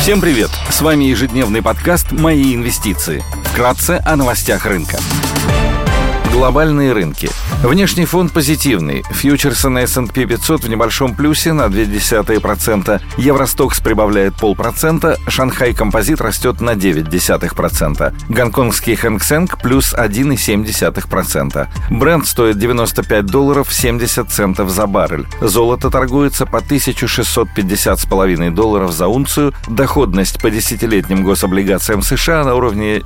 Всем привет! С вами ежедневный подкаст «Мои инвестиции». Вкратце о новостях рынка. Глобальные рынки. Внешний фон позитивный. Фьючерсы на S&P 500 в небольшом плюсе на 0,2%. Евростокс прибавляет 0,5%. Шанхай Композит растет на 0,9%. Гонконгский Хэнк Сенг плюс 1,7%. Брент стоит $95.70 за баррель. Золото торгуется по $1650,5 за унцию. Доходность по десятилетним гособлигациям США на уровне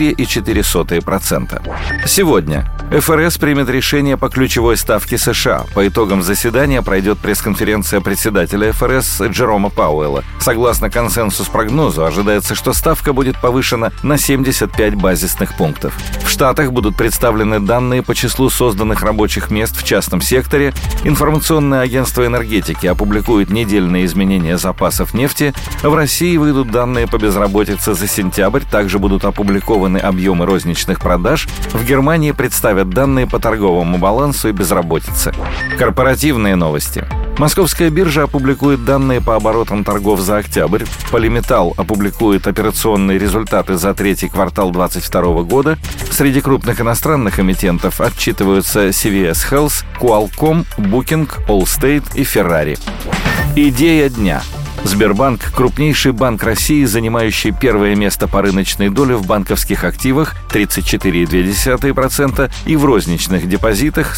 4,4%. Сегодня ФРС примет решение по ключевой ставке США. По итогам заседания пройдет пресс-конференция председателя ФРС Джерома Пауэлла. Согласно консенсус-прогнозу, ожидается, что ставка будет повышена на 75 базисных пунктов. В Штатах будут представлены данные по числу созданных рабочих мест в частном секторе. Информационное агентство энергетики опубликует недельные изменения запасов нефти. В России выйдут данные по безработице за сентябрь. Также будут опубликованы объемы розничных продаж. В Германии представят данные по торговому балансу и безработице. Корпоративные новости. Московская биржа опубликует данные по оборотам торгов за октябрь. Polymetal опубликует операционные результаты за третий квартал 2022 года. Среди крупных иностранных эмитентов отчитываются CVS Health, Qualcomm, Booking, Allstate и Ferrari. Идея дня. Сбербанк – крупнейший банк России, занимающий первое место по рыночной доле в банковских активах 34,2% и в розничных депозитах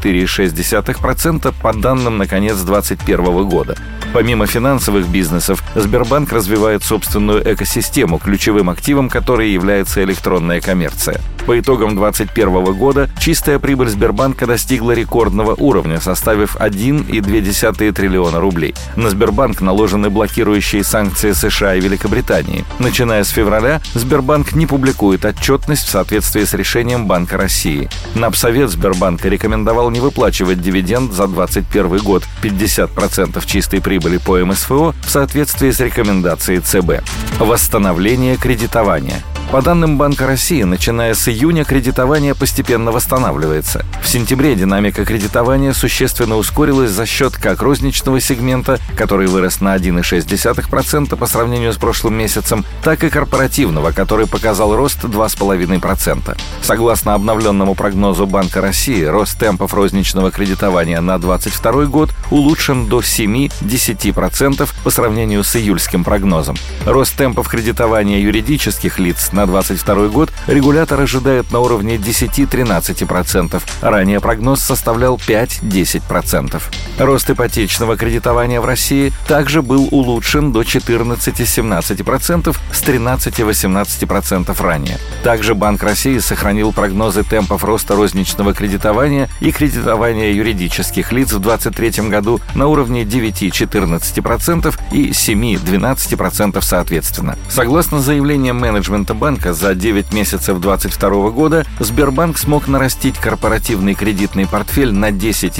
44,6% по данным на конец 2021 года. Помимо финансовых бизнесов, Сбербанк развивает собственную экосистему, ключевым активом которой является электронная коммерция. По итогам 2021 года чистая прибыль Сбербанка достигла рекордного уровня, составив 1,2 триллиона рублей. На Сбербанк наложены блокирующие санкции США и Великобритании. Начиная с февраля, Сбербанк не публикует отчетность в соответствии с решением Банка России. Напсовет Сбербанка рекомендовал не выплачивать дивиденд за 2021 год 50% чистой прибыли по МСФО в соответствии с рекомендацией ЦБ. Восстановление кредитования. По данным Банка России, начиная с июня кредитование постепенно восстанавливается. В сентябре динамика кредитования существенно ускорилась за счет как розничного сегмента, который вырос на 1,6% по сравнению с прошлым месяцем, так и корпоративного, который показал рост 2,5%. Согласно обновленному прогнозу Банка России, рост темпов розничного кредитования на 2022 год улучшен до 7-10% по сравнению с июльским прогнозом. Рост темпов кредитования юридических лиц на 2022 год регулятор ожидает на уровне 10-13%. Ранее прогноз составлял 5-10%. Рост ипотечного кредитования в России также был улучшен до 14-17% с 13-18% ранее. Также Банк России сохранил прогнозы темпов роста розничного кредитования и кредитования юридических лиц в 2023 году на уровне 9-14% и 7-12% соответственно. Согласно заявлениям менеджмента банка, за 9 месяцев 2022 года Сбербанк смог нарастить корпоративный кредитный портфель на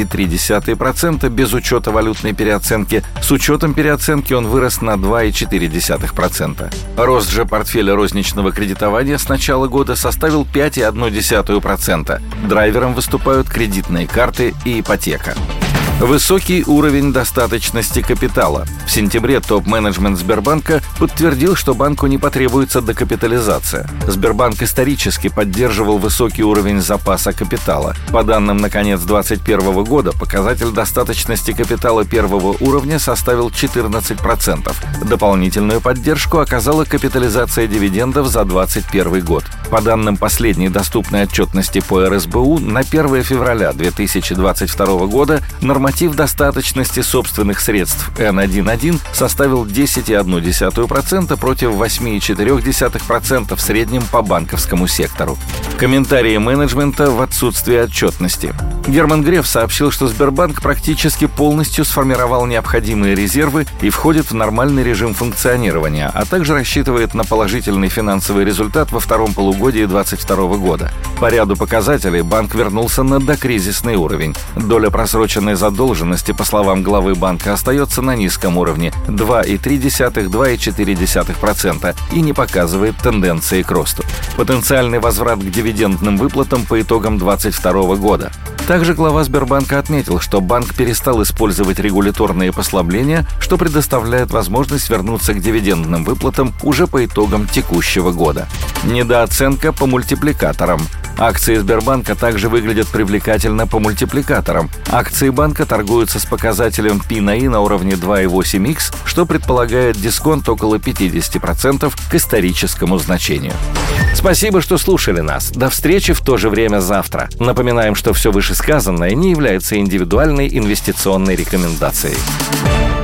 10,3% без учета валютной переоценки. С учетом переоценки он вырос на 2,4%. Рост же портфеля розничного кредитования с начала года составил 5,1%. Драйвером выступают кредитные карты и ипотека. Высокий уровень достаточности капитала. В сентябре топ-менеджмент Сбербанка подтвердил, что банку не потребуется докапитализация. Сбербанк исторически поддерживал высокий уровень запаса капитала. По данным на конец 2021 года, показатель достаточности капитала первого уровня составил 14%. Дополнительную поддержку оказала капитализация дивидендов за 2021 год. По данным последней доступной отчетности по РСБУ, на 1 февраля 2022 года норматив достаточности собственных средств N1.1 составил 10,1% против 8,4% в среднем по банковскому сектору. Комментарии менеджмента в отсутствие отчетности. Герман Греф сообщил, что Сбербанк практически полностью сформировал необходимые резервы и входит в нормальный режим функционирования, а также рассчитывает на положительный финансовый результат во втором полугодии 2022 года. По ряду показателей банк вернулся на докризисный уровень. Доля просроченной задолженности, по словам главы банка, остается на низком уровне 2,3-2,4% и не показывает тенденции к росту. Потенциальный возврат к дивидендным выплатам по итогам 2022 года. Также глава Сбербанка отметил, что банк перестал использовать регуляторные послабления, что предоставляет возможность вернуться к дивидендным выплатам уже по итогам текущего года. Недооценка по мультипликаторам. Акции Сбербанка также выглядят привлекательно по мультипликаторам. Акции банка торгуются с показателем P на I на уровне 2,8x, что предполагает дисконт около 50% к историческому значению. Спасибо, что слушали нас. До встречи в то же время завтра. Напоминаем, что все вышесказанное не является индивидуальной инвестиционной рекомендацией.